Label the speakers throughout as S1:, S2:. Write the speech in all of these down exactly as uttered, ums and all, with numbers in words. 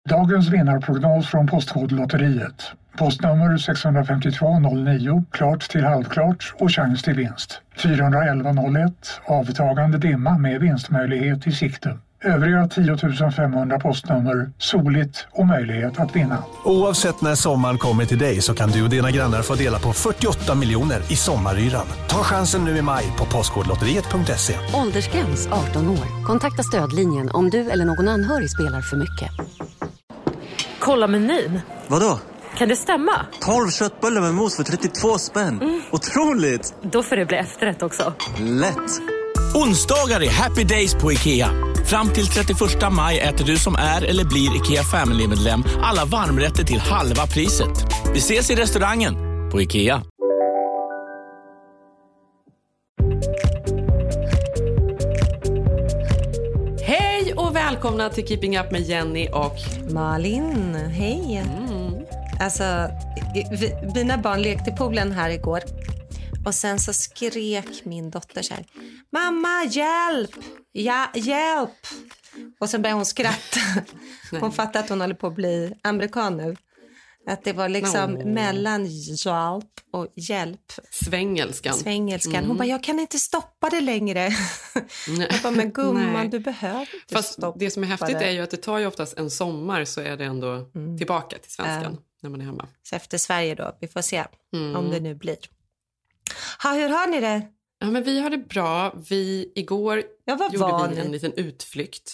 S1: Dagens vinnarprognos från Postkodlotteriet. Postnummer sex fem två noll nio, klart till halvklart och chans till vinst. fyra ett ett noll ett, avtagande dimma med vinstmöjlighet i sikte. Övriga tio tusen femhundra postnummer, soligt och möjlighet att vinna.
S2: Oavsett när sommaren kommer till dig så kan du och dina grannar få dela på fyrtioåtta miljoner i sommaryran. Ta chansen nu i maj på postkodlotteriet punkt se.
S3: Åldersgräns arton år. Kontakta stödlinjen om du eller någon anhörig spelar för mycket.
S4: Kolla menyn.
S5: Vadå?
S4: Kan det stämma?
S5: tolv köttbullar med mos för trettiotvå spänn. Mm. Otroligt!
S4: Då får det bli efterrätt också.
S5: Lätt!
S6: Onsdagar är happy days på IKEA. Fram till trettioförsta maj äter du som är eller blir IKEA Family-medlem alla varmrätter till halva priset. Vi ses i restaurangen på IKEA.
S7: Hej och välkomna till Keeping Up med Jenny och
S8: Malin. Hej. Mm. Alltså, vi, mina barn lekte i poolen här igår. Och sen så skrek min dotter så här: mamma, hjälp! Ja, hjälp! Och sen började hon skratta. Hon fattade att hon håller på att bli amerikan nu. Att det var liksom no. mellan hjälp och hjälp.
S7: Svängelskan.
S8: Svängelskan. Mm. Hon bara, jag kan inte stoppa det längre. Jag bara, men gumman, du behöver inte
S7: Fast
S8: stoppa
S7: det som är häftigt
S8: det.
S7: är ju att det tar ju oftast en sommar så är det ändå mm. tillbaka till svenskan uh. när man är hemma.
S8: Så efter Sverige då, vi får se mm. om det nu blir. Ha, hur har ni det?
S7: Ja, men vi har det bra. Vi igår gjorde vi en liten utflykt.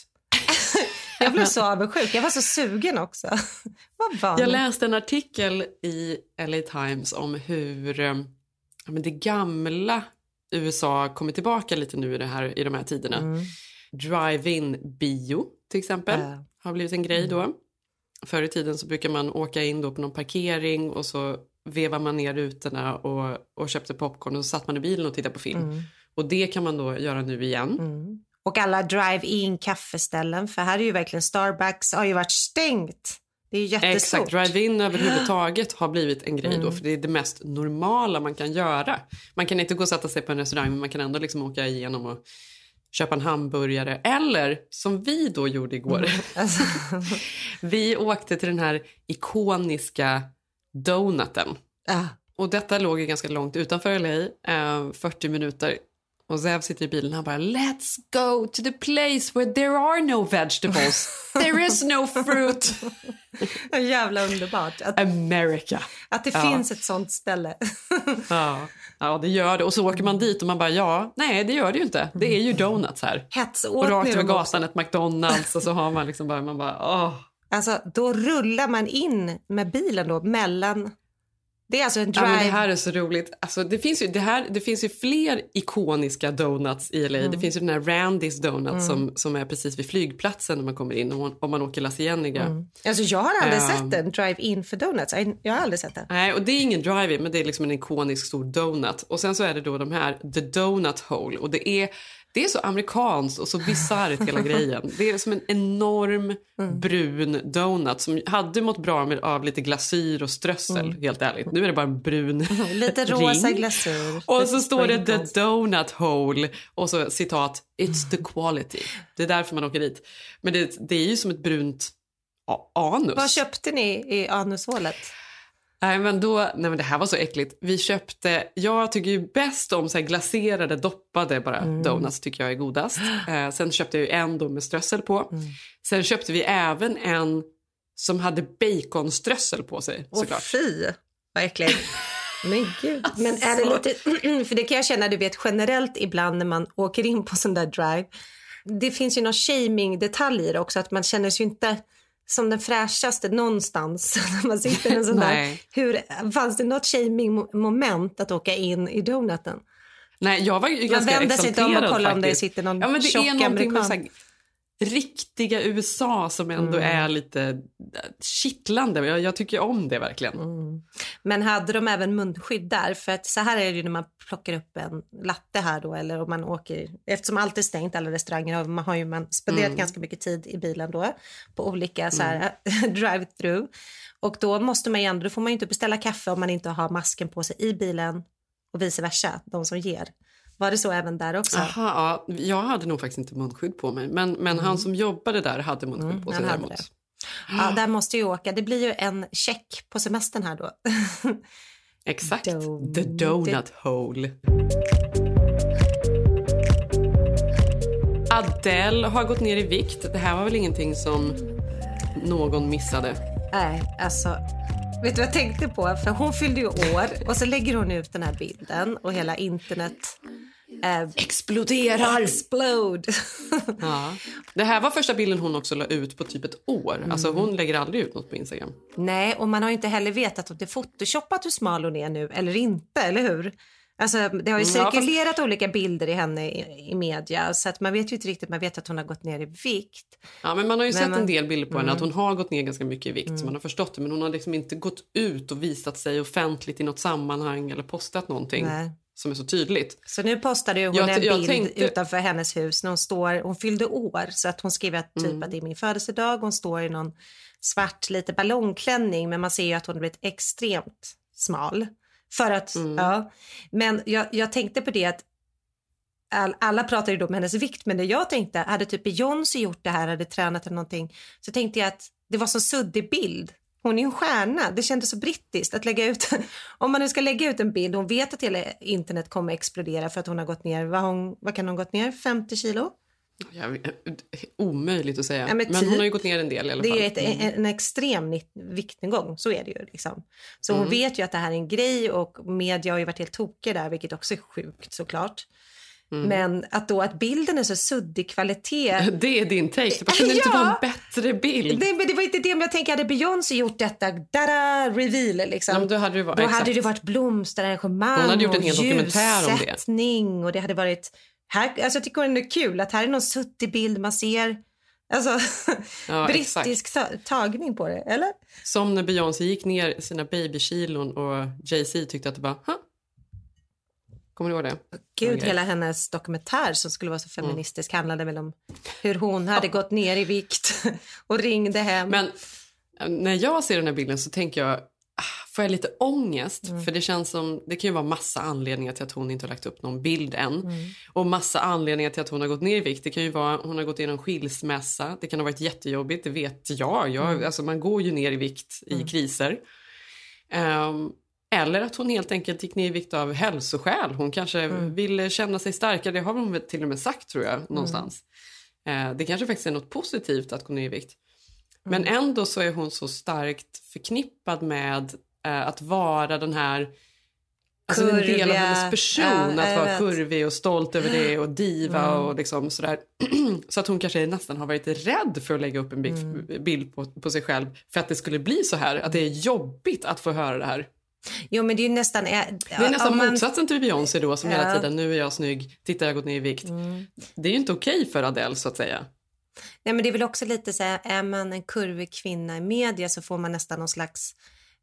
S8: Jag blev så avundsjuk. Jag var så sugen också. Vad var
S7: Jag läste en artikel i L A Times om hur ja, men det gamla U S A kommer tillbaka lite nu i, det här, i de här tiderna. Mm. Drive-in bio till exempel äh. har blivit en grej då. Förr i tiden så brukar man åka in då på någon parkering och så vevar man ner rutorna och, och köpte popcorn och så satt man i bilen och tittade på film. Mm. Och det kan man då göra nu igen.
S8: Mm. Och alla drive-in kaffeställen, för här är ju verkligen Starbucks har ju varit stängt. Det är ju jättestort.
S7: Exakt, drive-in överhuvudtaget har blivit en grej mm. då, för det är det mest normala man kan göra. Man kan inte gå och sätta sig på en restaurang, men man kan ändå liksom åka igenom och köpa en hamburgare. Eller, som vi då gjorde igår, mm. alltså. Vi åkte till den här ikoniska donuten.
S8: Ah.
S7: Och detta låg ju ganska långt utanför L A, eh, fyrtio minuter. Och Zev sitter i bilen och han bara, let's go to the place where there are no vegetables. There is no fruit.
S8: Jävla underbart. Att,
S7: America.
S8: Att det
S7: ja.
S8: finns ett sånt ställe.
S7: ja. ja, det gör det. Och så åker man dit och man bara, ja, nej det gör det ju inte. Det är ju donuts här.
S8: Hets
S7: och rakt över gatan ett McDonalds och så har man liksom bara, man bara, åh.
S8: Alltså, då rullar man in med bilen då mellan... Det är alltså en drive...
S7: Ja, men det här är så roligt. Alltså, det, finns ju, det, här, det finns ju fler ikoniska donuts i L A. Mm. Det finns ju den här Randy's Donut mm. som, som är precis vid flygplatsen när man kommer in. Om man, om man åker La Cienega. Mm.
S8: Alltså jag har aldrig
S7: um,
S8: sett en drive-in för donuts. Jag har aldrig sett det.
S7: Nej, och det är ingen drive-in, men det är liksom en ikonisk stor donut. Och sen så är det då de här The Donut Hole. Och det är... Det är så amerikanskt och så bisarrt hela grejen. Det är som en enorm mm. brun donut som hade mått bra med, av lite glasyr och strössel, mm. helt ärligt. Nu är det bara en brun
S8: lite rosa glasyr.
S7: Och så står det The Donut Hole och så citat, it's the quality. Det är därför man åker dit. Men det, det är ju som ett brunt anus.
S8: Vad köpte ni i anushålet?
S7: Nej men då, nej men det här var så äckligt. Vi köpte, jag tycker ju bäst om så här glaserade, doppade bara mm. donuts tycker jag är godast. Eh, sen köpte jag ju en då med strössel på. Mm. Sen köpte vi även en som hade baconströssel på sig, såklart.
S8: Åh fy, vad äckligt. Men gud, men är det lite, för det kan jag känna, du vet generellt ibland när man åker in på sån där drive. Det finns ju någon shaming-detaljer också, att man känner sig inte... som den fräschaste någonstans när man sitter i en sån där. Hur, fanns det något shaming-moment att åka in i donuten?
S7: Nej, jag var ju ganska exalterad.
S8: Man vänder sig inte om och kollar om det sitter någon
S7: ja, men det
S8: tjock
S7: är någonting med så här,
S8: riktiga
S7: U S A som ändå mm. är lite kittlande. Jag, jag tycker om det verkligen.
S8: Mm. Men hade de även munskydd där? För att så här är det ju när man plockar upp en latte här då. Eller om man åker, eftersom allt är stängt, alla restauranger. Och man har ju man spenderat mm. ganska mycket tid i bilen då. På olika så här mm. drive-thru. Och då måste man ju ändå, då får man ju inte beställa kaffe om man inte har masken på sig i bilen. Och vice versa, de som ger. Var det så även där också?
S7: Aha, ja. Jag hade nog faktiskt inte munskydd på mig. Men, men mm. han som jobbade där hade munskydd mm, på sig däremot.
S8: Ja, där måste jag åka. Det blir ju en check på semestern här då.
S7: Exakt,
S8: Don-
S7: the donut hole. Adele har gått ner i vikt. Det här var väl ingenting som någon missade?
S8: Nej, alltså... Vet du vad jag tänkte på? För hon fyllde ju år och så lägger hon ut den här bilden och hela internet eh,
S7: exploderar.
S8: Explode.
S7: Ja. Det här var första bilden hon också la ut på typ ett år. Mm. Alltså hon lägger aldrig ut något på Instagram.
S8: Nej, och man har ju inte heller vetat om det är photoshoppat hur smal hon är nu eller inte, eller hur? Alltså det har ju cirkulerat ja, fast... olika bilder i henne i, i media så att man vet ju inte riktigt, man vet att hon har gått ner i vikt.
S7: Ja, men man har ju men sett
S8: man...
S7: en del bilder på
S8: mm.
S7: henne att hon har gått ner ganska mycket i vikt
S8: mm.
S7: så man har förstått det, men hon har liksom inte gått ut och visat sig offentligt i något sammanhang eller postat någonting. Nej. Som är så tydligt.
S8: Så nu postade ju hon
S7: jag,
S8: en
S7: jag
S8: bild
S7: tänkte...
S8: utanför hennes hus när hon står, hon fyllde år så att hon skrev att typ mm. att det är min födelsedag, hon står i någon svart lite ballongklänning men man ser ju att hon har blivit extremt smal. För att, mm. ja. Men jag, jag tänkte på det att all, alla pratar ju då om hennes vikt, men det jag tänkte, hade typ Beyoncé gjort det här, hade tränat eller någonting, så tänkte jag att det var så suddig bild. Hon är ju en stjärna, det kändes så brittiskt att lägga ut, om man nu ska lägga ut en bild, hon vet att hela internet kommer explodera för att hon har gått ner, vad, hon, vad kan hon gått ner, femtio kilo?
S7: Ja, omöjligt att säga, ja, men, men
S8: typ,
S7: hon har ju gått ner en del i alla fall.
S8: Det är ett, mm. en, en extrem viktnedgång, så är det ju liksom. Så mm. hon vet ju att det här är en grej och media har ju varit helt tokiga där, vilket också är sjukt såklart. Mm. Men att då att bilden är så suddig kvalitet.
S7: Det är din take, det kunde ja. inte vara en bättre bild.
S8: Det, men det var inte det, men jag tänker, hade Beyoncé gjort detta, dada, reveal liksom.
S7: Ja, då hade det varit,
S8: då hade det varit blomsterarrangemang.
S7: Hon hade gjort en hel dokumentär om
S8: det. Och det hade varit... Här, alltså jag tycker det är kul att här är någon suttig bild man ser, alltså ja, brittisk ta- tagning på det, eller?
S7: Som när Beyoncé gick ner sina babykilon och Jay-Z tyckte att det bara, huh? Kommer du ihåg det?
S8: Gud, hela hennes dokumentär som skulle vara så feministisk mm. handlade väl om hur hon hade gått ner i vikt och ringde hem.
S7: Men när jag ser den här bilden så tänker jag, får jag lite ångest, mm. för det känns som, det kan ju vara massa anledningar till att hon inte har lagt upp någon bild än, mm. och massa anledningar till att hon har gått ner i vikt. Det kan ju vara, hon har gått igenom skilsmässa, det kan ha varit jättejobbigt, det vet jag, jag mm. alltså man går ju ner i vikt i mm. kriser, um, eller att hon helt enkelt gick ner i vikt av hälsoskäl, hon kanske mm. ville känna sig starkare, det har hon till och med sagt tror jag, någonstans. Mm. Uh, det kanske faktiskt är något positivt att gå ner i vikt. Men mm. ändå så är hon så starkt förknippad med eh, att vara den här, alltså en del av hennes person, ja, att vara vet. kurvig och stolt över det och diva mm. och liksom sådär. Så att hon kanske nästan har varit rädd för att lägga upp en bild, mm. bild på, på sig själv för att det skulle bli så här, att det är jobbigt att få höra det här.
S8: Jo, men det är ju nästan...
S7: Det är nästan man... motsatsen till Beyoncé då, som
S8: ja.
S7: hela tiden, nu är jag snygg, titta jag har gått ner i vikt. Mm. Det är ju inte okej för Adele så att säga.
S8: Nej, men det är väl också lite så här, är man en kurvig kvinna i media så får man nästan någon slags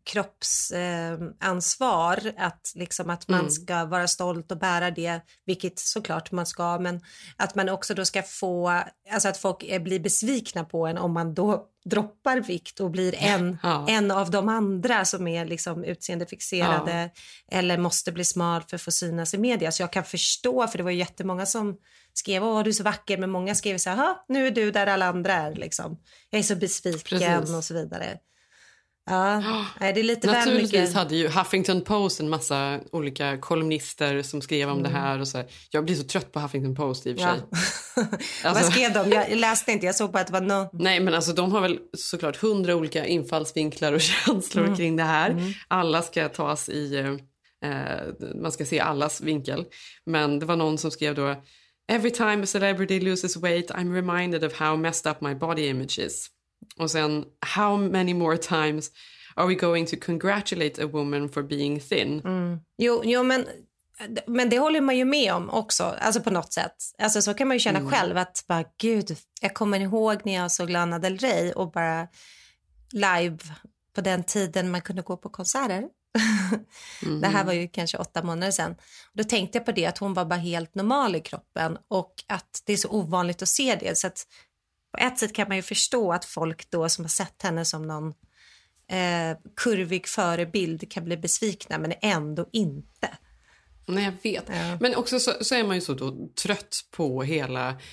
S8: kroppsansvar, eh, att liksom att man mm. ska vara stolt och bära det, vilket såklart man ska, men att man också då ska få, alltså att folk blir besvikna på en om man då droppar vikt och blir en, ja. en av de andra som är liksom utseendefixerade ja. eller måste bli smal för att få synas i media. Så jag kan förstå, för det var ju jättemånga som skrev, åh du är så vacker, men många skrev så här, nu är du där alla andra är liksom. Jag är så besviken Precis. och så vidare. Ja, oh, det är lite
S7: naturligtvis
S8: väl mycket.
S7: Hade ju Huffington Post en massa olika kolumnister som skrev om mm. det här och så här. Jag blir så trött på Huffington Post i och för sig.
S8: Ja.
S7: Alltså,
S8: vad skrev de? Jag läste inte, jag såg bara att det var no.
S7: Nej, men alltså de har väl såklart hundra olika infallsvinklar och känslor mm. kring det här. Mm. Alla ska tas i, eh, man ska se allas vinkel. Men det var någon som skrev då, every time a celebrity loses weight I'm reminded of how messed up my body image is. Och sen, how many more times are we going to congratulate a woman for being thin?
S8: Mm. Jo, jo men, men det håller man ju med om också, alltså på något sätt. Alltså så kan man ju känna mm. själv att bara, gud, jag kommer ihåg när jag såg Lana Del Rey och bara live på den tiden man kunde gå på konserter. Mm. Det här var ju kanske åtta månader sedan. Då tänkte jag på det, att hon var bara helt normal i kroppen och att det är så ovanligt att se det, så att på ett sätt kan man ju förstå att folk då som har sett henne som någon eh, kurvig förebild kan bli besvikna, men ändå inte.
S7: Nej, jag vet. Ja. Men också så, så är man ju så då trött på hela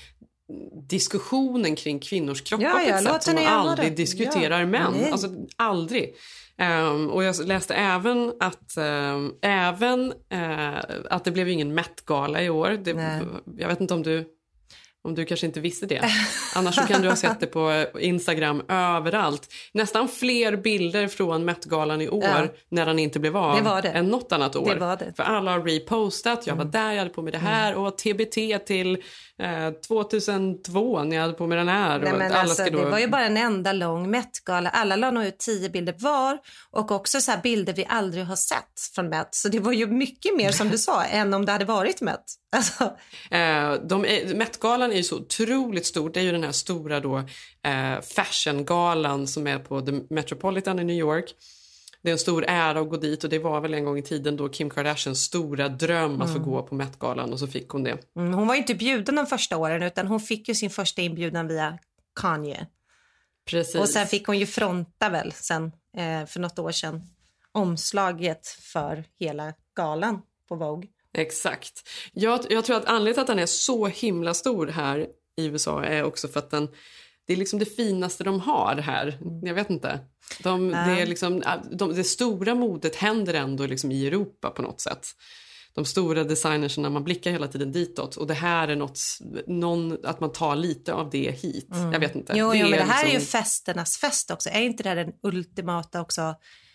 S7: diskussionen kring kvinnors kroppar
S8: Ja,
S7: på
S8: ja,
S7: ett
S8: låt
S7: sätt som
S8: henne
S7: man
S8: göra
S7: aldrig
S8: det.
S7: diskuterar
S8: Ja,
S7: män.
S8: nej.
S7: Alltså aldrig. Um, och jag läste även att um, även uh, att det blev ingen Met-gala i år. Det, jag vet inte om du om du kanske inte visste det. Annars så kan du ha sett det på Instagram överallt. Nästan fler bilder från Met-galan i år ja. när den inte blev av
S8: det var det.
S7: än något annat år.
S8: Det var det.
S7: För alla har repostat. Jag var mm. där, jag hade på mig det här. Mm. Och T B T till eh, tvåtusentvå när jag hade på mig den här.
S8: Nej,
S7: och
S8: men
S7: alla
S8: alltså,
S7: ska då...
S8: Det var ju bara en enda lång Met-gala. Alla la nog ut tio bilder var. Och också så här bilder vi aldrig har sett från Met. Så det var ju mycket mer som du sa än om det hade varit Met. Alltså.
S7: Eh, de är, Met-galan är ju så otroligt stor. Det är ju den här stora då, eh, fashion-galan som är på The Metropolitan i New York. Det är en stor ära att gå dit och det var väl en gång i tiden då Kim Kardashians stora dröm mm. att få gå på Met-galan och så fick hon det.
S8: Mm, hon var ju inte bjuden de första åren utan hon fick ju sin första inbjudan via Kanye.
S7: Precis.
S8: Och sen fick hon ju fronta väl sen eh, för något år sedan omslaget för hela galan på Vogue.
S7: Exakt. Jag, jag tror att anledningen till att den är så himla stor här i U S A är också för att den, det är liksom det finaste de har här. Jag vet inte. De, det, är liksom, de, det stora modet händer ändå liksom i Europa på något sätt. De stora designerserna, man blickar hela tiden ditåt. Och det här är något, någon, att man tar lite av det hit. Mm. Jag vet inte.
S8: Jo,
S7: det
S8: jo men det här
S7: liksom...
S8: är ju festernas fest också. Är inte det här den ultimata också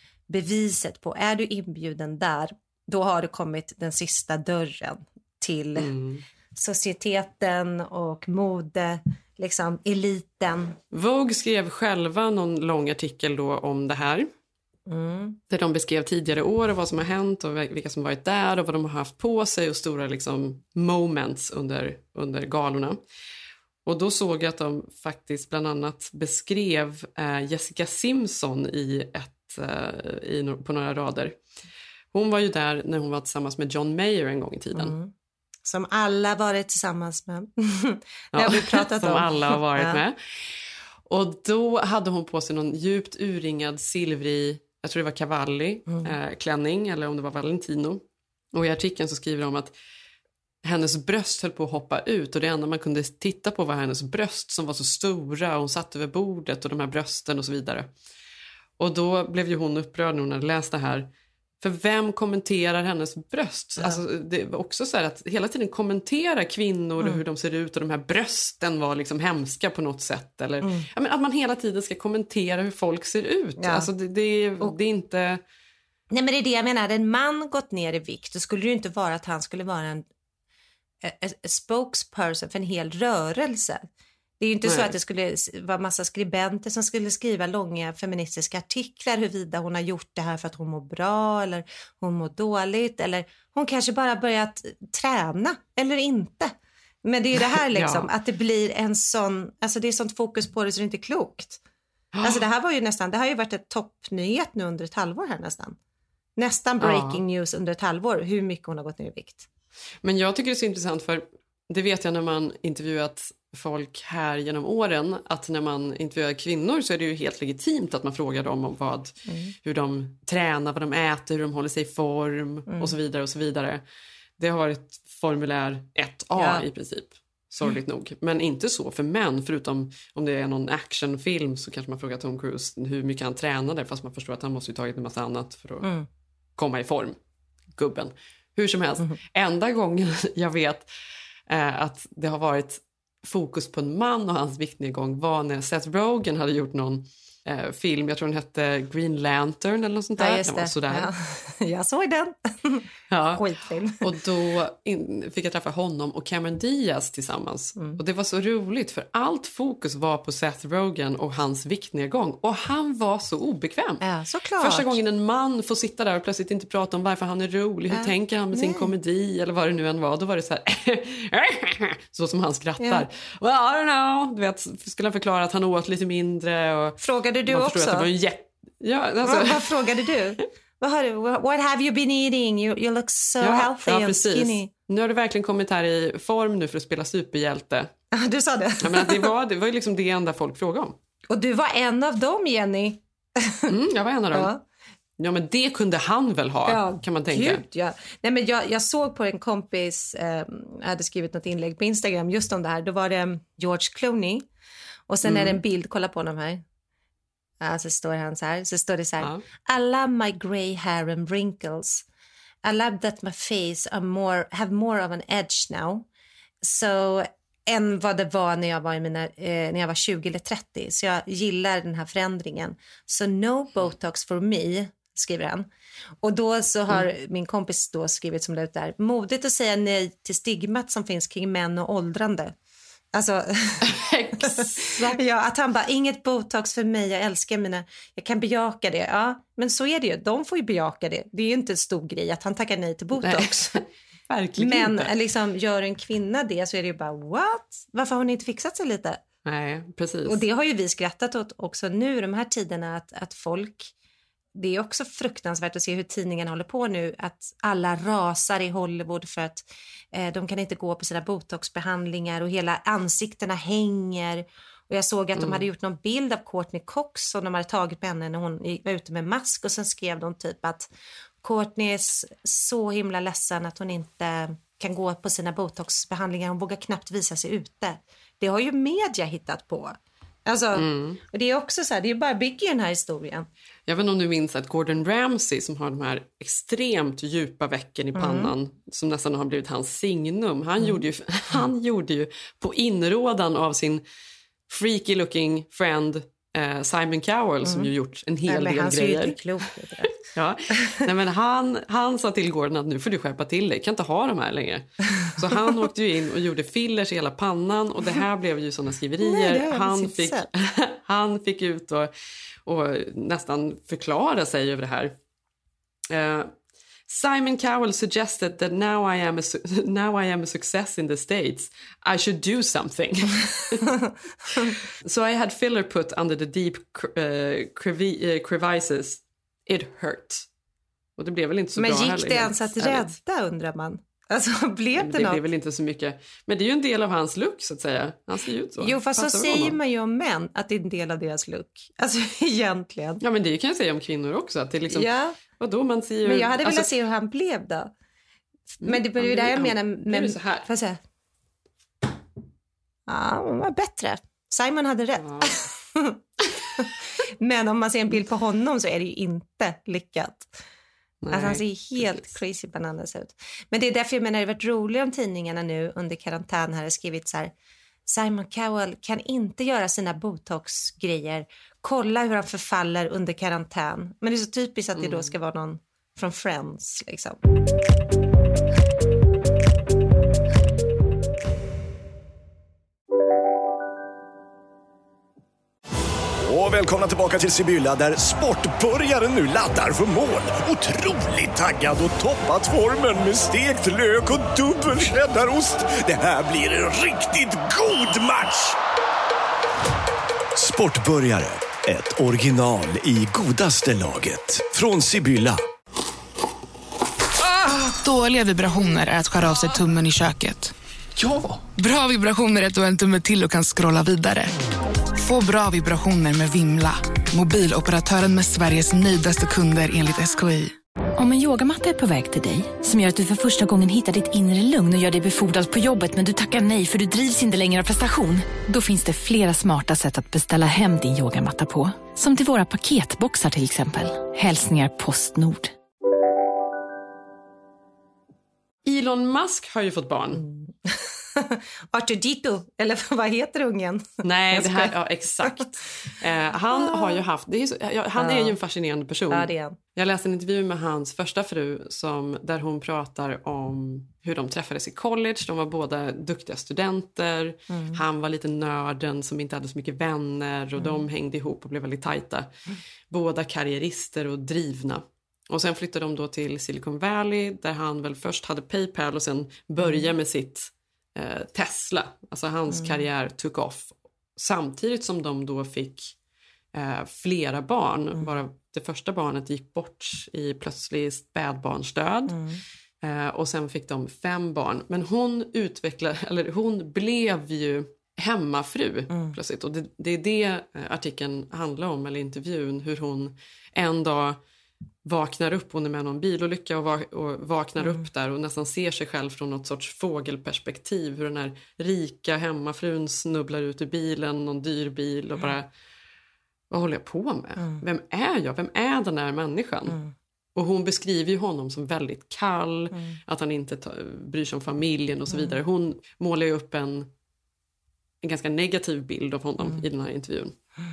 S8: beviset på, är du inbjuden där, då har det kommit den sista dörren till mm. societeten och mode, liksom eliten.
S7: Vogue skrev själva någon lång artikel då om det här.
S8: Mm.
S7: Där de beskrev tidigare år och vad som har hänt och vilka som varit där och vad de har haft på sig och stora liksom moments under, under galorna. Och då såg jag att de faktiskt bland annat beskrev eh, Jessica Simpson i ett, eh, i, på några rader. Hon var ju där när hon var tillsammans med John Mayer en gång i tiden. Mm.
S8: Som alla varit tillsammans med.
S7: Det har vi pratat som om. Som alla har varit ja. med. Och då hade hon på sig någon djupt urringad silvrig, jag tror det var Cavalli mm. eh, klänning eller om det var Valentino. Och i artikeln så skriver de att hennes bröst höll på att hoppa ut och det enda man kunde titta på var hennes bröst som var så stora och hon satt över bordet och de här brösten och så vidare. Och då blev ju hon upprörd när hon hade läst det här. För vem kommenterar hennes bröst? Ja. Alltså, det var också så här att hela tiden kommentera kvinnor mm. och hur de ser ut och de här brösten var liksom hemska på något sätt. Eller, mm. ja, men att man hela tiden ska kommentera hur folk ser ut. Ja. Alltså, det, det, och, det är inte...
S8: Nej men det är det jag menar, hade en man gått ner i vikt då skulle det ju inte vara att han skulle vara en a, a spokesperson för en hel rörelse. Det är ju inte Nej. så att det skulle vara massa skribenter som skulle skriva långa feministiska artiklar huruvida hon har gjort det här för att hon mår bra eller hon mår dåligt eller hon kanske bara börjat träna eller inte. Men det är ju det här liksom ja. att det blir en sån, alltså det är sånt fokus på det så det är inte klokt. Alltså det här var ju nästan, det har ju varit ett toppnyhet nu under ett halvår här nästan. Nästan breaking ja. news under ett halvår hur mycket hon har gått ner i vikt.
S7: Men jag tycker det är så intressant för det vet jag när man intervjuat folk här genom åren att när man intervjuar kvinnor så är det ju helt legitimt att man frågar dem om vad, mm. hur de tränar, vad de äter, hur de håller sig i form mm. och så vidare och så vidare. Det har varit formulär ett A ja. i princip, sorgligt mm. nog. Men inte så för män, förutom om det är någon actionfilm så kanske man frågar Tom Cruise hur mycket han tränade fast man förstår att han måste ju tagit en massa annat för att mm. komma i form. Gubben. Hur som helst, mm. enda gången jag vet eh, att det har varit fokus på en man och hans viktnedgång var när Seth Rogen hade gjort någon eh, film, jag tror den hette Green Lantern eller något sånt där.
S8: Ja, just det.
S7: Sådär.
S8: Ja. Jag såg den.
S7: Ja.
S8: Skitfilm.
S7: Och då in, fick jag träffa honom och Cameron Diaz tillsammans. Mm. Och det var så roligt för allt fokus var på Seth Rogen och hans viktnedgång. Och han var så obekväm.
S8: Ja, såklart.
S7: Första gången en man får sitta där och plötsligt inte prata om varför han är rolig. Hur ja. tänker han med Nej. sin komedi eller vad det nu än var. Då var det så här så som han skrattar. Ja. Well, I don't know. Du vet, skulle han förklara att han åt lite mindre. Och
S8: frågade du också?
S7: Att det var en jä- ja, alltså.
S8: vad, vad frågade du? What have you been eating? You, you look so ja, healthy ja, and precis. skinny.
S7: Nu har du verkligen kommit här i form nu för att spela superhjälte.
S8: Du sa det.
S7: Ja, men det var, det var ju liksom det enda folk frågade om.
S8: Och du var en av dem, Jenny.
S7: Mm, jag var en av dem. Ja. Ja, men det kunde han väl ha,
S8: ja,
S7: kan man tänka.
S8: Gud, ja. Nej, men jag, jag såg på en kompis, eh, hade skrivit något inlägg på Instagram just om det här. Då var det George Clooney. Och sen mm. är det en bild, kolla på honom här. Ja, så står han så här. Så står det så här. Ja. I love my grey hair and wrinkles. I love that my face are more, have more of an edge now. So, än vad det var när jag var, i mina, eh, när jag var tjugo eller trettio. Så jag gillar den här förändringen. So no botox for me, skriver han. Och då så har mm. min kompis då skrivit som det där. Modigt att säga nej till stigmat som finns kring män och åldrande. Alltså, ja, att han bara, inget botox för mig, jag älskar mina, jag kan bejaka det. Ja, men så är det ju, de får ju bejaka det. Det är ju inte en stor grej att han tackar nej till botox. Nej,
S7: verkligen
S8: men
S7: inte.
S8: Liksom, gör en kvinna det så är det ju bara, what? Varför har ni inte fixat sig lite?
S7: Nej, precis.
S8: Och det har ju vi skrattat åt också nu, de här tiderna, att, att folk, det är också fruktansvärt att se hur tidningen håller på nu, att alla rasar i Hollywood för att eh, de kan inte gå på sina botoxbehandlingar och hela ansiktena hänger. Och jag såg att mm. de hade gjort någon bild av Courtney Cox som de hade tagit på henne när hon var ute med mask, och sen skrev de typ att Courtney är så himla ledsen att hon inte kan gå på sina botoxbehandlingar, hon vågar knappt visa sig ute. Det har ju media hittat på. Alltså, mm. och det är också så här, det är bara bygg i den här historien.
S7: Jag vet inte om du minns att Gordon Ramsay, som har de här extremt djupa vecken i pannan, mm. som nästan har blivit hans signum, han, mm. gjorde, ju, han gjorde ju på inrådan av sin freaky looking friend eh, Simon Cowell, mm. som ju gjort en hel Nej, del
S8: han
S7: grejer.
S8: Han är ju klok.
S7: Ja. Nej, men han, han sa till Gordon att nu får du skärpa till dig, kan inte ha de här längre. Så han åkte ju in och gjorde fillers i hela pannan, och det här blev ju sådana skriverier.
S8: Nej,
S7: han, fick, han fick ut och, och nästan förklara sig över det här. Uh, Simon Cowell suggested that now I am a su- now I am a success in the States, I should do something. So I had filler put under the deep uh, crevi- uh, crevices. It hurt. Och det blev väl inte så
S8: men
S7: bra heller.
S8: Men gick det ens att rädda, undrar man? Alltså, blev det,
S7: det
S8: något?
S7: blev väl inte så mycket. Men det är ju en del av hans look, så att säga. Han ser ju ut så.
S8: Jo, fast så säger man ju om män, att det är en del av deras look. Alltså, egentligen.
S7: Ja, men det kan jag säga om kvinnor också. Att det är liksom,
S8: ja.
S7: Vadå, man ser ju...
S8: Men jag hade
S7: alltså...
S8: velat se hur han blev då. Men det var ju det jag menar. Men,
S7: det är så här.
S8: Får jag säga? Ja, det var bättre. Simon hade rätt. Ja. Men om man ser en bild på honom så är det ju inte lyckat. Nej, alltså han ser helt precis. Crazy bananas ut. Men det är därför jag menar det har varit roligt om tidningarna nu under karantän här har skrivit så här: Simon Cowell kan inte göra sina botox-grejer. Kolla hur han förfaller under karantän. Men det är så typiskt att det då ska vara någon från Friends liksom.
S9: Och välkomna tillbaka till Sibylla där sportbörjaren nu laddar för mål. Otroligt taggad och toppat formen med stekt lök och dubbel cheddarost. Det här blir en riktigt god match! Sportbörjare, ett original i godaste laget. Från Sibylla.
S10: Ah, dåliga vibrationer är att skära av sig tummen i köket.
S9: Ja!
S10: Bra vibrationer är att du har en tumme till och kan scrolla vidare. Få bra vibrationer med Vimla. Mobiloperatören med Sveriges nöjdaste kunder enligt S K I.
S11: Om en yogamatta är på väg till dig, som gör att du för första gången hittar ditt inre lugn och gör dig befordrad på jobbet, men du tackar nej för du drivs inte längre av prestation. Då finns det flera smarta sätt att beställa hem din yogamatta på. Som till våra paketboxar till exempel. Hälsningar Postnord.
S7: Elon Musk har ju fått barn.
S8: Mm. Artudito, eller vad heter ungen?
S7: Nej, det här, ja, exakt. Eh, han har ju haft, det är så, ja, han är ju en fascinerande person.
S8: Ja, det är han.
S7: Jag läste en intervju med hans första fru som, där hon pratar om hur de träffades i college. De var båda duktiga studenter. Mm. Han var lite nörden som inte hade så mycket vänner och mm. de hängde ihop och blev väldigt tajta. Mm. Båda karriärister och drivna. Och sen flyttade de då till Silicon Valley där han väl först hade PayPal och sen började med sitt eh, Tesla. Alltså hans mm. karriär took off. Samtidigt som de då fick eh, flera barn. Mm. Bara det första barnet gick bort i plötslig spädbarnsdöd. Mm. Eh, och sen fick de fem barn. Men hon utvecklade, eller hon blev ju hemmafru mm. plötsligt. Och det, det är det artikeln handlar om, eller intervjun. Hur hon en dag vaknar upp, hon är med någon bilolycka och, va- och vaknar
S8: Mm.
S7: upp där och nästan ser sig själv från något sorts fågelperspektiv, hur den här rika hemmafrun snubblar ut ur bilen, någon dyr bil och bara, vad håller jag på med?
S8: Mm.
S7: Vem är jag? Vem är den här människan?
S8: Mm.
S7: Och hon beskriver ju honom som väldigt kall,
S8: Mm.
S7: att han inte ta, bryr sig om familjen och så
S8: Mm.
S7: vidare. Hon målar ju upp en, en ganska negativ bild av honom
S8: Mm.
S7: i den här intervjun.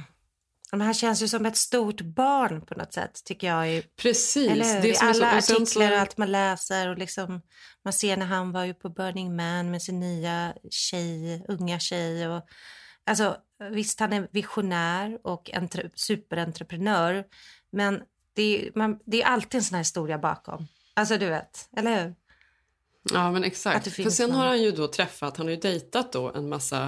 S8: Men han känns ju som ett stort barn på något sätt, tycker jag. Är,
S7: Precis.
S8: eller hur?
S7: Det
S8: I
S7: som är så-
S8: alla
S7: och sen
S8: artiklar
S7: så-
S8: och allt man läser. Och liksom, man ser när han var ju på Burning Man med sin nya tjej, unga tjej. Och, alltså, visst, han är visionär och entre, superentreprenör. Men det är, man, det är alltid en sån här historia bakom. Alltså du vet, eller hur?
S7: Ja, men
S8: Att
S7: exakt.
S8: det
S7: För
S8: finns
S7: sen
S8: någon.
S7: har han ju då träffat, han har ju dejtat då en massa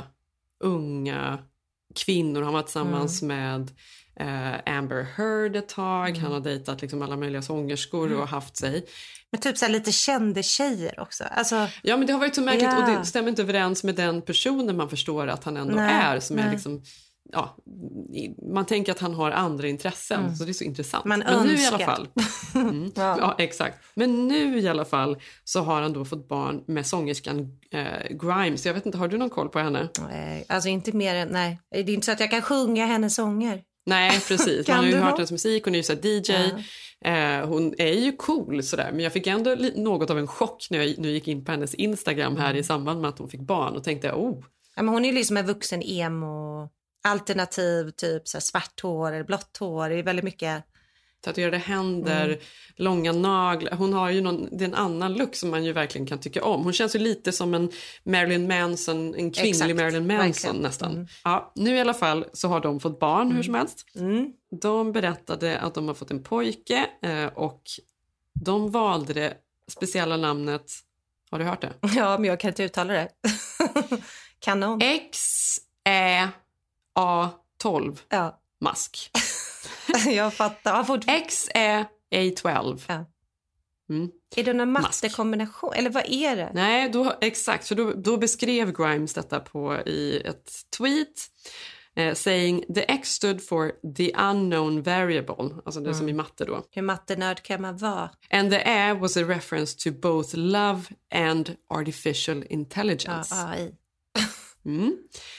S7: unga kvinnor. Han var tillsammans
S8: Mm.
S7: med eh, Amber Heard ett tag.
S8: Mm.
S7: Han har dejtat liksom alla möjliga sångerskor
S8: Mm.
S7: och haft sig.
S8: Men typ så här lite kände tjejer också. Alltså,
S7: Ja, men det har varit så märkligt
S8: Ja.
S7: och det stämmer inte överens med den personen man förstår att han ändå
S8: Nej,
S7: är. Som är
S8: nej.
S7: liksom, ja, i- man tänker att han har andra intressen,
S8: Mm.
S7: så det är så intressant.
S8: Man
S7: men nu i alla
S8: önskar.
S7: fall. Mm.
S8: Ja.
S7: Ja, exakt. Men nu i alla fall så har han då fått barn med sångerskan eh, Grimes. Jag vet inte, har du någon koll på henne?
S8: nej, alltså inte mer än, nej. Det är inte så att jag kan sjunga hennes sånger.
S7: Nej, precis.
S8: Kan
S7: Man har ju
S8: du
S7: hört
S8: någon?
S7: hennes musik, hon är ju så här D J. Eh, hon är ju cool sådär, men jag fick ändå li- något av en chock när jag nu gick in på hennes Instagram här
S8: Mm.
S7: i samband med att hon fick barn och tänkte, oh,
S8: Ja, men hon är ju liksom en vuxen emo, alternativ, typ så här svart hår eller blått hår. Det är väldigt mycket.
S7: tatuerade händer,
S8: Mm.
S7: långa naglar. Hon har ju någon, det är en annan look som man ju verkligen kan tycka om. Hon känns ju lite som en Marilyn Manson, en kvinnlig
S8: Exakt,
S7: Marilyn Manson
S8: verkligen.
S7: nästan.
S8: Mm.
S7: Ja, nu i alla fall så har de fått barn hur som helst.
S8: Mm.
S7: De berättade att de har fått en pojke eh, och de valde det speciella namnet, har du hört det?
S8: Ja, men jag kan inte uttala det. Kanon.
S7: X Ä A tolv.
S8: Ja.
S7: Mask.
S8: Jag fattar. Jag fått...
S7: X Ä A tolv.
S8: Ja.
S7: Mm.
S8: Är det någon mattekombination? Eller vad är det?
S7: Nej, då, exakt. För då, då beskrev Grimes detta på, i ett tweet. Eh, saying the X stood for the unknown variable. Alltså det
S8: Mm.
S7: som i matte då.
S8: Hur mattenörd kan man vara?
S7: And the A was a reference to both love and artificial intelligence.
S8: Ja, A I.
S7: Mm.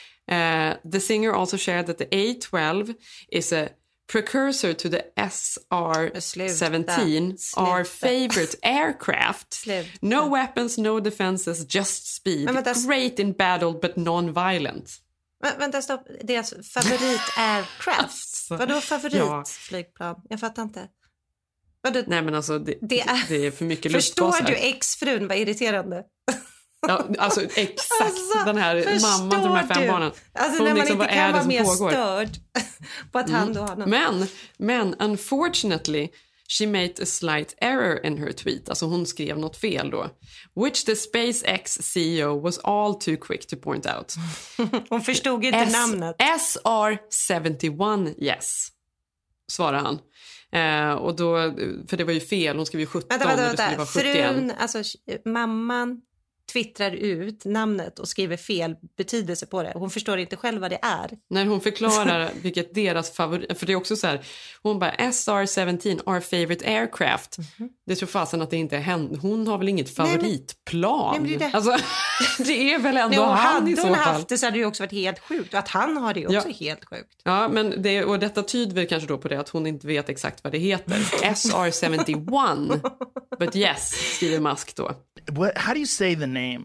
S7: Uh, the singer also shared that the A twelve is a precursor to the S R seventeen,
S8: Sluta.
S7: our favorite aircraft.
S8: Sluta.
S7: No weapons, no defenses, just speed.
S8: Men vänta.
S7: Great in battle but non-violent.
S8: Men, vänta, stopp. Deras favorit-aircraft.
S7: Alltså,
S8: Vadå
S7: ja.
S8: favoritflygplan? Jag fattar inte. Vadå?
S7: Nej men alltså det,
S8: Det är-
S7: det är för mycket
S8: Förstår
S7: luftgas
S8: du
S7: här.
S8: exfrun? Vad irriterande.
S7: Ja, alltså exakt
S8: Alltså,
S7: den här mamman till de här
S8: förstår
S7: fem
S8: du?
S7: barnen.
S8: Alltså
S7: Hon
S8: när man
S7: liksom,
S8: inte
S7: vad är
S8: kan
S7: det
S8: vara
S7: som
S8: mer
S7: pågår?
S8: störd på att han
S7: Mm.
S8: då har någon.
S7: Men, men unfortunately she made a slight error in her tweet. Alltså hon skrev något fel då. Which the SpaceX C E O was all too quick to point out.
S8: Hon förstod inte
S7: S-
S8: namnet.
S7: S R sjuttioett, yes. Svarar han. Eh, och då, för det var ju fel, hon skrev ju sjutton
S8: Vänta, vänta,
S7: och det skulle
S8: vänta.
S7: vara sjuttioett.
S8: Frun, alltså mamman twittrar ut namnet och skriver fel betydelse på det. Hon förstår inte själv vad det är.
S7: När hon förklarar vilket deras favorit... För det är också så här... Hon bara, S R sjutton, our favorite aircraft. Mm-hmm. Det tror fasen att det inte är henne. Hon har väl inget favoritplan?
S8: Nej, men det är det.
S7: Alltså, det är väl ändå
S8: Nej, och
S7: han
S8: hade
S7: i så
S8: hon
S7: fall.
S8: haft det så hade det ju också varit helt sjukt. Och att han har det är också
S7: Ja.
S8: helt sjukt.
S7: Ja, men det, och detta tyder väl kanske då på det att hon inte vet exakt vad det heter. S R sjuttioett. But yes, skriver Musk då.
S12: What? How do you say the name?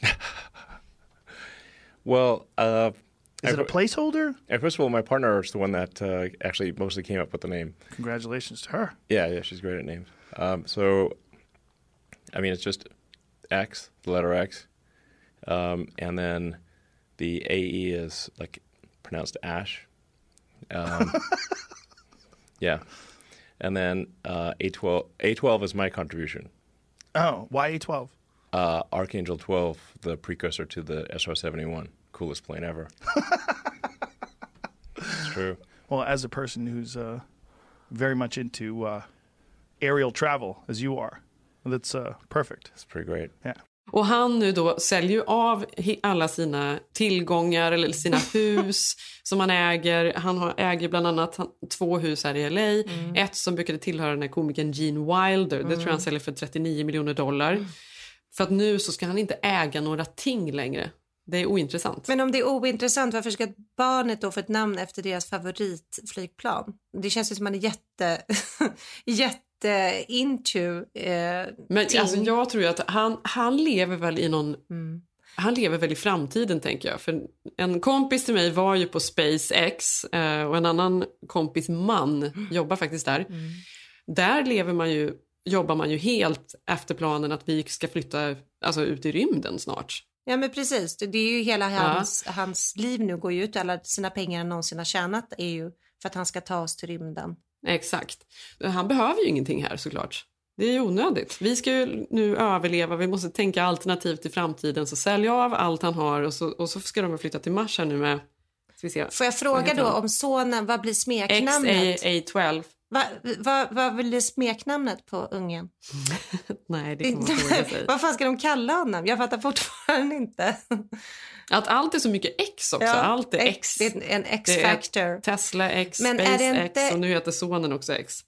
S13: Well, uh,
S12: Is it a placeholder?
S13: uh, first of all, my partner is the one that uh, actually mostly came up with the name.
S12: Congratulations to her.
S13: Yeah, yeah, she's great at names. Um, so, I mean, it's just X, the letter X, um, and then the A E is like pronounced Ash. Um, yeah, and then uh, A twelve. A twelve is my contribution.
S12: Oh, why A twelve?
S13: Uh, Archangel twelve, the precursor to the S R seventy-one, coolest plane ever. It's true.
S12: Well, as a person who's uh, very much into uh, aerial travel, as you are, that's uh, perfect.
S13: It's pretty great.
S12: Yeah.
S7: Och han nu då säljer ju av alla sina tillgångar eller sina hus som han äger. Han har, äger bland annat två hus här i L A. Mm. Ett som brukade tillhöra den här komikern Gene Wilder. Mm. Det tror jag han säljer för trettionio miljoner dollar. Mm. För att nu så ska han inte äga några ting längre. Det är ointressant.
S8: Men om det är ointressant, varför ska barnet då få ett namn efter deras favoritflygplan? Det känns ju som att man är jätte... jätte into eh,
S7: Men alltså, jag tror ju att han, han lever väl i någon mm. han lever väl i framtiden, tänker jag. För en kompis till mig var ju på SpaceX eh, och en annan kompis man mm. jobbar faktiskt där. Mm. Där lever man ju, jobbar man ju helt efter planen att vi ska flytta alltså, ut i rymden snart.
S8: Ja, men precis. Det är ju hela hans, ja. hans liv nu går ju ut. Alla sina pengar han någonsin har tjänat är ju för att han ska ta oss till rymden.
S7: Exakt. Han behöver ju ingenting här såklart. Det är ju onödigt. Vi ska ju nu överleva. Vi måste tänka alternativt i framtiden. Så sälja av allt han har. Och så, och så ska de flytta till Mars här nu med... Ska vi se.
S8: Får jag fråga då om sonen, vad blir smeknamnet?
S7: X A tolv.
S8: Vad va, va blir smeknamnet på ungen?
S7: Nej, det kommer man fråga sig.
S8: Vad fan ska de kalla honom? Jag fattar fortfarande inte.
S7: Att allt är så mycket X också. Ja, allt är X. X.
S8: Det är en X-factor.
S7: Tesla X, men SpaceX inte... och nu heter sonen också X.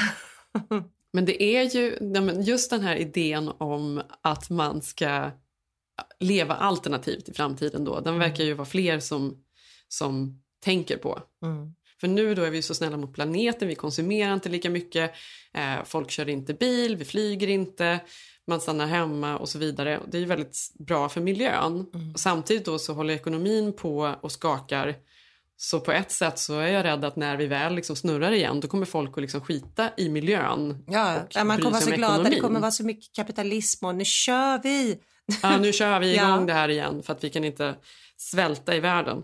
S7: Men det är ju just den här idén om att man ska leva alternativt i framtiden då. Den verkar ju vara fler som, som tänker på. Mm. För nu då är vi så snälla mot planeten, vi konsumerar inte lika mycket, eh, folk kör inte bil, vi flyger inte, man stannar hemma och så vidare. Det är ju väldigt bra för miljön. Mm. Och samtidigt då så håller ekonomin på och skakar. Så på ett sätt så är jag rädd att när vi väl liksom snurrar igen, då kommer folk att liksom skita i miljön.
S8: Ja, och man kommer vara så glad, det kommer vara så mycket kapitalism och nu kör vi.
S7: Ja, nu kör vi igång ja. det här igen för att vi kan inte svälta i världen.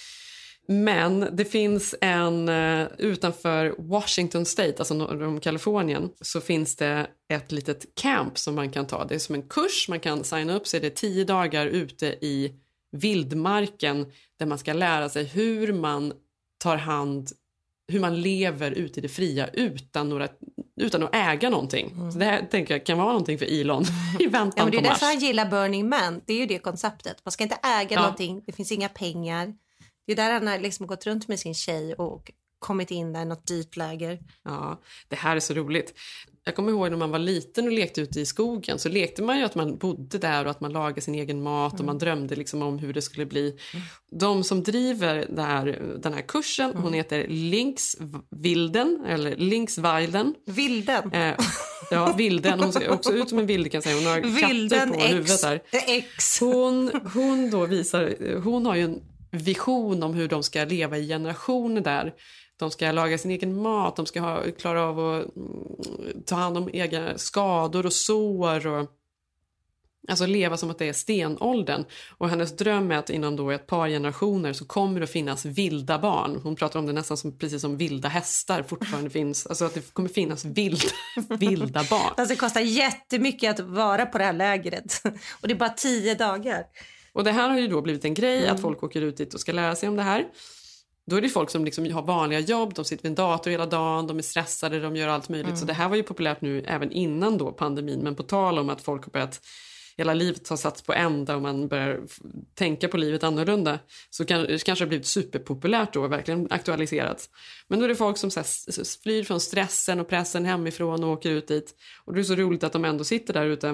S7: Men det finns en, utanför Washington State, alltså norr om Kalifornien, så finns det ett litet camp som man kan ta. Det är som en kurs, man kan signa upp sig, det är tio dagar ute i vildmarken där man ska lära sig hur man tar hand, hur man lever ute i det fria utan, några, utan att äga någonting. Mm. Så det här tänker jag kan vara någonting för Elon i väntan ja, men det är
S8: på Mars.
S7: därför
S8: han gillar Burning Man, det är ju det konceptet. Man ska inte äga ja. någonting, det finns inga pengar. Det är där han har liksom gått runt med sin tjej och kommit in där i något dyrt läger.
S7: Ja, det här är så roligt. Jag kommer ihåg när man var liten och lekte ute i skogen så lekte man ju att man bodde där och att man lagade sin egen mat mm. och man drömde liksom om hur det skulle bli. Mm. De som driver där, den här kursen, mm. hon heter Lynx Wilden eller Lynx Wilden.
S8: Wilden?
S7: Eh, ja, Wilden. Hon ser också ut som en vilde kan jag säga. Hon har
S8: Wilden
S7: katter på
S8: X,
S7: huvudet där.
S8: X.
S7: Hon, hon då visar, hon har ju en vision om hur de ska leva i generationer där. De ska laga sin egen mat, de ska ha, klara av att ta hand om egna skador och sår och alltså leva som att det är stenåldern. Och hennes dröm är att inom då ett par generationer så kommer det att finnas vilda barn. Hon pratar om det nästan som, precis som vilda hästar fortfarande finns. Alltså att det kommer finnas vilda, vilda barn.
S8: Alltså det kostar jättemycket att vara på det här lägret. Och det är bara tio dagar.
S7: Och det här har ju då blivit en grej mm. att folk åker ut dit och ska lära sig om det här. Då är det folk som liksom har vanliga jobb, de sitter vid en dator hela dagen, de är stressade, de gör allt möjligt. Mm. Så det här var ju populärt nu även innan då pandemin. Men på tal om att folk har börjat, hela livet har satts på ända och man börjar tänka på livet annorlunda. Så kan, det kanske har blivit superpopulärt då, verkligen aktualiserats. Men då är det folk som så här, flyr från stressen och pressen hemifrån och åker ut dit. Och det är så roligt att de ändå sitter där ute.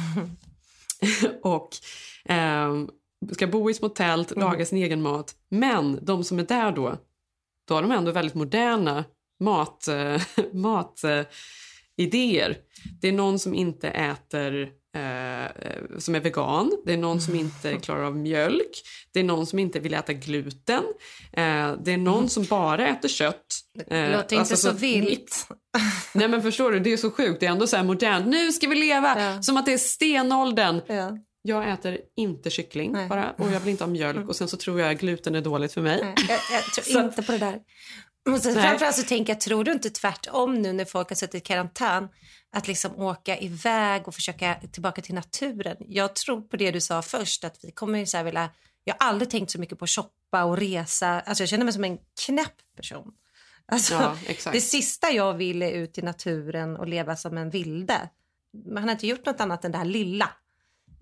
S7: och... Um, ska bo i små tält, mm. laga sin egen mat. Men de som är där då, då har de ändå väldigt moderna mat, äh, mat äh, idéer. Det är någon som inte äter, äh, som är vegan. Det är någon som inte klarar av mjölk. Det är någon som inte vill äta gluten. Äh, det är någon som bara äter kött.
S8: Det låter äh, inte alltså, så vilt.
S7: Nej men förstår du, det är så sjukt. Det är ändå så här modernt. Nu ska vi leva ja. som att det är stenåldern.
S8: Ja.
S7: Jag äter inte kyckling Nej. bara och jag vill inte ha mjölk mm. och sen så tror jag att gluten är dåligt för mig.
S8: Nej, jag, jag tror så. inte på det där. Och sen, framförallt så tänker jag, tror du inte tvärtom nu när folk har suttit i karantän att liksom åka iväg och försöka tillbaka till naturen? Jag tror på det du sa först, att vi kommer så här vilja, jag har aldrig tänkt så mycket på att shoppa och resa. Alltså jag känner mig som en knäpp person. Alltså,
S7: ja, exakt.
S8: Det sista jag vill är ut i naturen och leva som en vilde. Man har inte gjort något annat än det här lilla.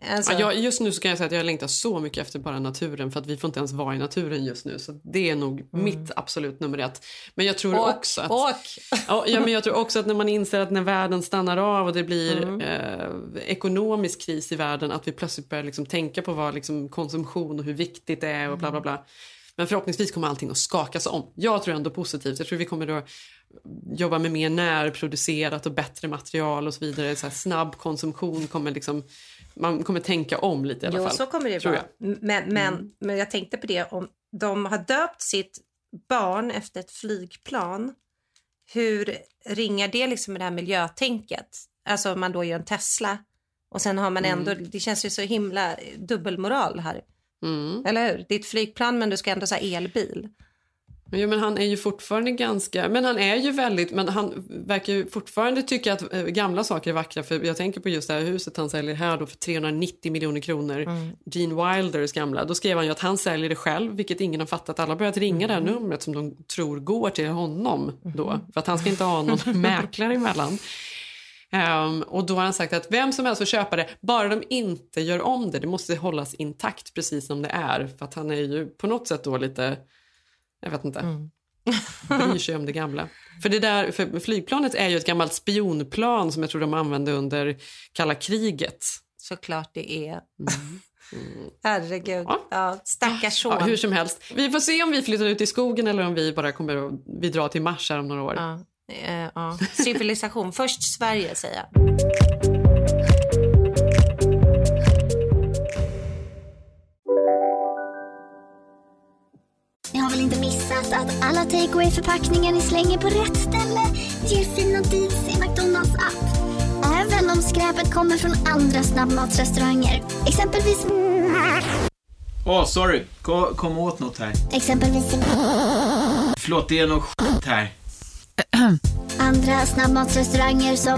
S8: Alltså...
S7: Ja, jag, just nu så kan jag säga att jag längtar så mycket efter bara naturen, för att vi får inte ens vara i naturen just nu, så det är nog mm. mitt absolut nummer ett. Men jag tror
S8: åk,
S7: också att
S8: åk.
S7: ja, ja, men jag tror också att när man inser att när världen stannar av och det blir mm. eh, ekonomisk kris i världen, att vi plötsligt börjar liksom tänka på vad liksom konsumtion och hur viktigt det är och bla bla bla. Men förhoppningsvis kommer allting att skakas om. Jag tror ändå positivt. Jag tror vi kommer då jobba med mer närproducerat och bättre material och så vidare. Så här snabb konsumtion kommer liksom, man kommer tänka om lite i alla
S8: jo,
S7: fall.
S8: Jo, så kommer det vara. Men, men, mm. men jag tänkte på det, om de har döpt sitt barn efter ett flygplan, hur ringar det liksom med det här miljötänket? Alltså om man då gör en Tesla och sen har man ändå, mm. det känns ju så himla dubbelmoral här. Mm. Eller hur? Det är ett flygplan men du ska ändå säga elbil.
S7: Ja, men han är ju fortfarande ganska, men han är ju väldigt, men han verkar ju fortfarande tycka att gamla saker är vackra, för jag tänker på just det här huset han säljer här då för trehundranittio miljoner kronor, mm. Gene Wilders gamla, då skrev han ju att han säljer det själv, vilket ingen har fattat. Alla börjat ringa mm. det här numret som de tror går till honom då, mm. för att han ska inte ha någon mäklare emellan. Um, och då har han sagt att vem som helst får köpa det, bara de inte gör om det. Det måste hållas intakt precis som det är. För att han är ju på något sätt då lite, jag vet inte, mm. bryr sig om det gamla. För det där, för flygplanet är ju ett gammalt spionplan som jag tror de använde under kalla kriget.
S8: Såklart det är. Mm. Mm. Herregud, ja. Ja, stackars son.
S7: Ja, hur som helst. Vi får se om vi flyttar ut i skogen eller om vi bara kommer att vi drar till Mars här om några år.
S8: Ja. Uh, ja. Civilisation. Först Sverige, säger jag.
S14: Ni har väl inte missat att alla takeaway-förpackningar ni slänger på rätt ställe ger fina deals i McDonalds app. Även om skräpet kommer från andra snabbmatsrestauranger. Exempelvis...
S15: Åh, oh, sorry. Kom, kom åt något här.
S14: Exempelvis...
S15: Förlåt, det är något skit här.
S14: Andra snabbmatsrestauranger som...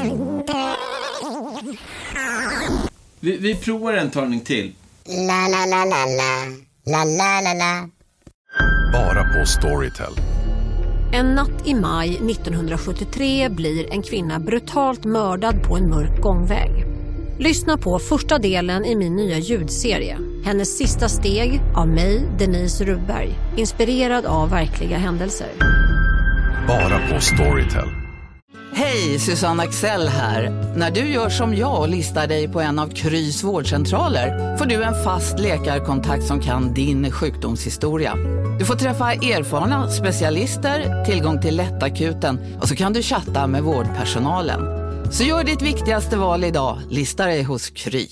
S15: Vi, vi provar en talning till.
S14: La la la la la. La la la la.
S16: Bara på Storytel.
S17: En natt i maj nittonhundrasjuttiotre blir en kvinna brutalt mördad på en mörk gångväg. Lyssna på första delen i min nya ljudserie. Hennes sista steg av mig, Denise Rubberg. Inspirerad av verkliga händelser.
S16: Bara på Storytel.
S18: Hej, Susanne Axel här. När du gör som jag och listar dig på en av Krys vårdcentraler får du en fast läkarkontakt som kan din sjukdomshistoria. Du får träffa erfarna specialister, tillgång till lättakuten och så kan du chatta med vårdpersonalen. Så gör ditt viktigaste val idag, lista dig hos Kry.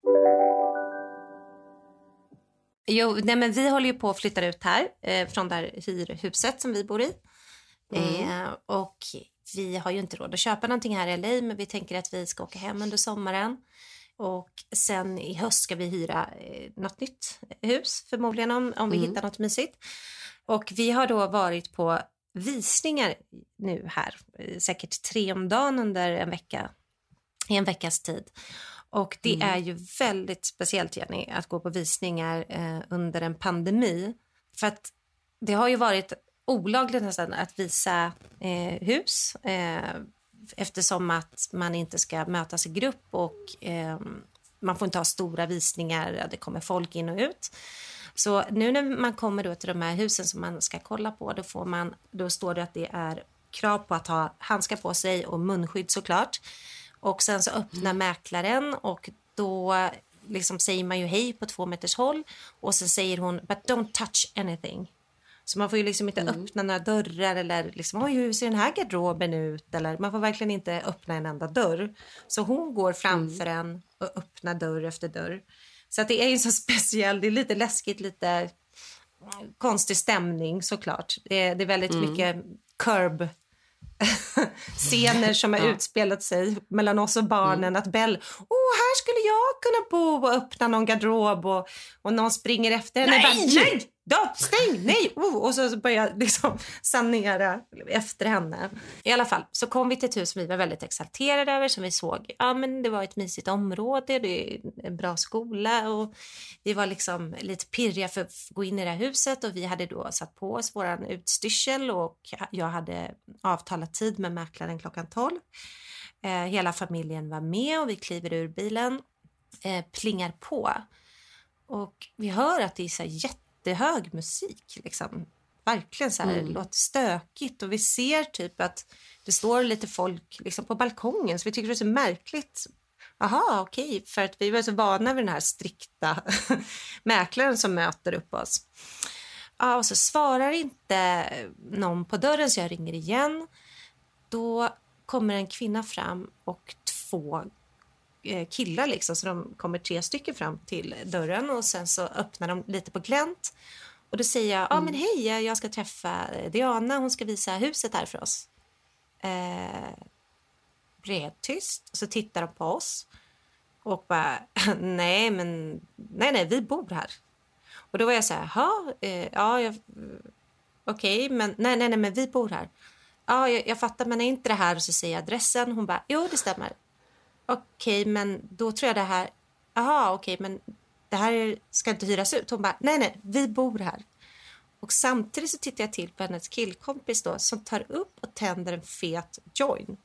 S8: Jo, nej men vi håller ju på att flytta ut här eh, från där hyrhuset som vi bor i. Mm. Eh, och vi har ju inte råd att köpa någonting här i L A, men vi tänker att vi ska åka hem under sommaren. Och sen i höst ska vi hyra eh, något nytt hus, förmodligen om, om vi mm. hittar något mysigt. Och vi har då varit på visningar nu här, säkert tre om dagen under en vecka, i en veckas tid. Och det mm. är ju väldigt speciellt, Jenny, att gå på visningar eh, under en pandemi. För att det har ju varit olagligt nästan att visa eh, hus eh, eftersom att man inte ska mötas i grupp och eh, man får inte ha stora visningar, det kommer folk in och ut. Så nu när man kommer då till de här husen som man ska kolla på, då, får man, då står det att det är krav på att ha handskar på sig och munskydd såklart. Och sen så öppnar mm. mäklaren och då liksom säger man ju hej på två meters håll och sen säger hon but don't touch anything. Så man får ju liksom inte mm. öppna några dörrar eller liksom, oj, hur ser den här garderoben ut? Eller man får verkligen inte öppna en enda dörr. Så hon går framför mm. en och öppnar dörr efter dörr. Så att det är ju så speciellt, det är lite läskigt, lite konstig stämning såklart. Det är, det är väldigt mm. mycket curb scener som har ja. utspelat sig mellan oss och barnen. Mm. Att Bell, åh, här skulle jag kunna bo och öppna någon garderob och, och någon springer efter henne. Nej! Bara, nej! Då, stäng, nej! Oh, och så börjar jag liksom sanera efter henne. I alla fall, så kom vi till ett hus som vi var väldigt exalterade över, som vi såg, ja men det var ett mysigt område, det är en bra skola och vi var liksom lite pirriga för att gå in i det här huset och vi hade då satt på oss våran utstyrsel och jag hade avtalat tid med mäklaren klockan tolv. Eh, hela familjen var med och vi kliver ur bilen eh, plingar på. Och vi hör att det är så här jättehög musik liksom. Verkligen så här, mm. låter stökigt. Och vi ser typ att det står lite folk liksom på balkongen. Så vi tycker det är så märkligt. Aha, okej. Okay. För att vi var så vana vid den här strikta mäklaren som möter upp oss. Ja, och så svarar inte någon på dörren så jag ringer igen. Då kommer en kvinna fram och två killar liksom. Så de kommer tre stycken fram till dörren och sen så öppnar de lite på glänt. Och då säger jag, ja mm. men hej, jag ska träffa Diana, hon ska visa huset här för oss. Eh, blir helt tyst och så tittar de på oss. Och bara, nej men, nej nej, vi bor här. Och då var jag så här, ja, eh, ja, jag, okej, okay, men nej nej nej, men vi bor här. Ja, jag, jag fattar, men är inte det här? Och så säger jag adressen, hon bara, jo det stämmer. Okej, okay, men då tror jag det här, aha okej, okay, men det här ska inte hyras ut. Hon bara, nej nej, vi bor här. Och samtidigt så tittar jag till på hennes killkompis då som tar upp och tänder en fet joint.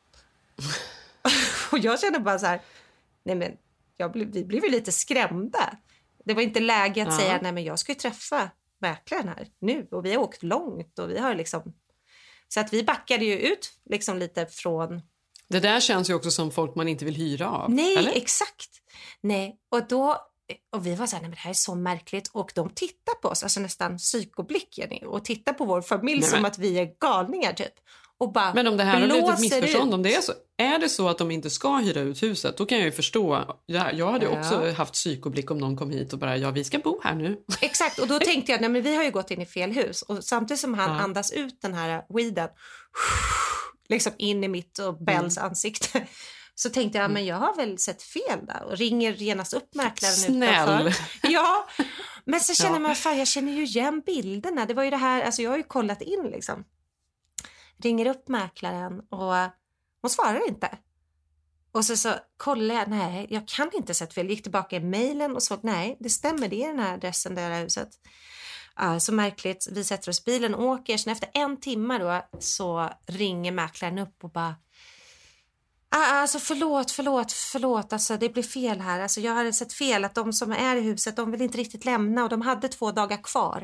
S8: Och jag känner bara så här, nej men jag blev, vi blev ju lite skrämda. Det var inte läge att ja. säga, nej men jag ska ju träffa mäklaren här nu. Och vi har åkt långt och vi har liksom, så att vi backade ju ut liksom lite från.
S7: Det där känns ju också som folk man inte vill hyra av.
S8: Nej,
S7: eller?
S8: Exakt. Nej, och då, och vi var så här, nej men det här är så märkligt. Och de tittar på oss, alltså nästan psykoblick Jenny, och tittar på vår familj nej, som att vi är galningar typ. Och bara
S7: men om det här är lite ett missförstånd, om det är så, är det så att de inte ska hyra ut huset, då kan jag ju förstå. Jag, jag hade ja. också haft psykoblick om någon kom hit och bara, ja vi ska bo här nu.
S8: Exakt, och då tänkte jag, nej men vi har ju gått in i fel hus. Och samtidigt som han ja. andas ut den här weeden, liksom in i mitt och Bells mm. ansikte, så tänkte jag, men jag har väl sett fel där. Och ringer genast upp mäklaren
S7: Snäll.
S8: utanför. Ja, men så känner ja. man, fan jag känner ju igen bilderna. Det var ju det här, alltså jag har ju kollat in liksom. Ringer upp mäklaren och hon svarar inte. Och så, så kollar jag, nej jag kan inte sett fel. Gick tillbaka i mejlen och såg, nej det stämmer, det är den här adressen, det här huset. Ja, så märkligt, vi sätter oss bilen och åker. Sen efter en timme då så ringer mäklaren upp och bara, ah, alltså förlåt, förlåt, förlåt, alltså det blir fel här. Alltså jag hade sett fel att de som är i huset, de vill inte riktigt lämna och de hade två dagar kvar.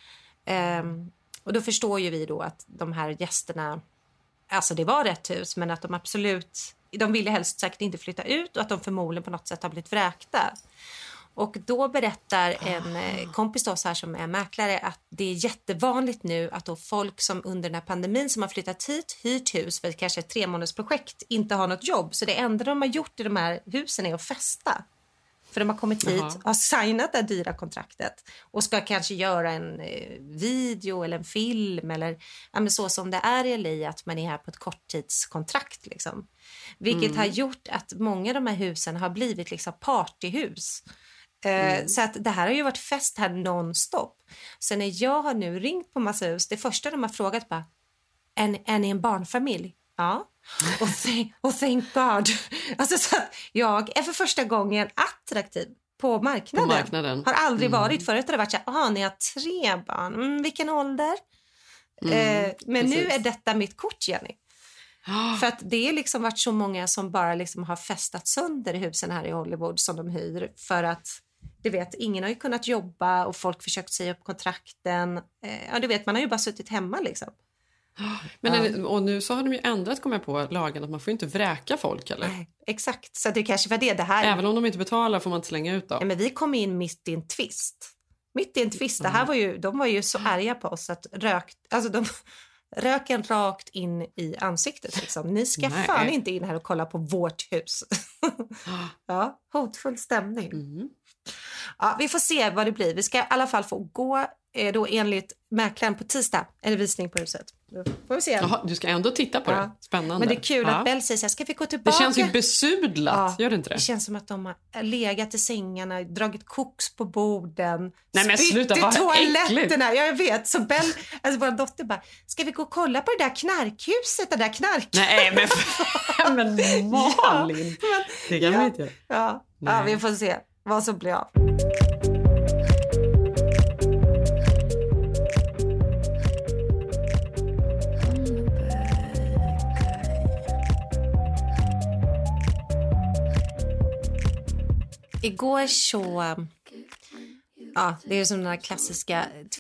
S8: Um, och då förstår ju vi då att de här gästerna, alltså det var rätt hus, men att de absolut, de ville helst säkert inte flytta ut och att de förmodligen på något sätt har blivit vräkta. Och då berättar en kompis då så här som är mäklare att det är jättevanligt nu att då folk som under den här pandemin som har flyttat hit, hyrt hus för kanske ett tre månaders projekt inte har något jobb. Så det enda de har gjort i de här husen är att festa. För de har kommit hit, har signat det dyra kontraktet och ska kanske göra en eh, video eller en film eller ja, men så som det är i L A, att man är här på ett korttidskontrakt liksom. Vilket mm. har gjort att många av de här husen har blivit liksom partyhus. Mm. Uh, så att det här har ju varit fest här nonstop. Så när jag har nu ringt på massa hus, det första de har frågat bara, är, är ni en barnfamilj? Ja. Och, th- och thank God. Alltså så att jag är för första gången attraktiv på marknaden.
S7: På marknaden.
S8: Har aldrig
S7: mm.
S8: varit förut. Det har varit så här, aha, ni har tre barn. Mm, vilken ålder? Mm, uh, men precis. Nu är detta mitt kort, Jenny. För att det är liksom varit så många som bara liksom har festat sönder i husen här i Hollywood som de hyr. För att, du vet, ingen har ju kunnat jobba och folk försökt säga upp kontrakten. Eh, ja, du vet, man har ju bara suttit hemma liksom.
S7: Men ja. Och nu så har de ju ändrat, kommer jag på, lagen att man får inte vräka folk, eller?
S8: Nej, exakt, så det kanske var det, det här.
S7: Även om de inte betalar får man inte slänga ut dem.
S8: Ja, men vi kom in mitt i en twist. Mitt i en twist, mm. det här var ju, de var ju så arga på oss att rökt, alltså de... Röken rakt in i ansiktet liksom. Ni ska Nej. fan inte in här och kolla på vårt hus. Ja, hotfull stämning. Mm. Ja, vi får se vad det blir. Vi ska i alla fall få gå eh, då enligt mäklaren på tisdag. Eller visning på huset. Då får vi se.
S7: Jaha, du ska ändå titta på ja. det. Spännande.
S8: Men det är kul
S7: ja.
S8: att Bell säger så här, ska vi gå tillbaka?
S7: Det känns ju besudlat, ja, gör det inte det?
S8: Det känns som att de har legat i sängarna, dragit koks på borden.
S7: Nej men sluta, vad
S8: toaletterna. Ja, jag vet. Så Bell, alltså vår dotter bara, ska vi gå och kolla på det där knarkhuset, det där knark?
S7: Nej men, men Malin. Ja, men, det kan
S8: ja,
S7: vi inte göra.
S8: Ja, ja, vi får se vad som blir av. Igår så... Ja, det är som den här klassiska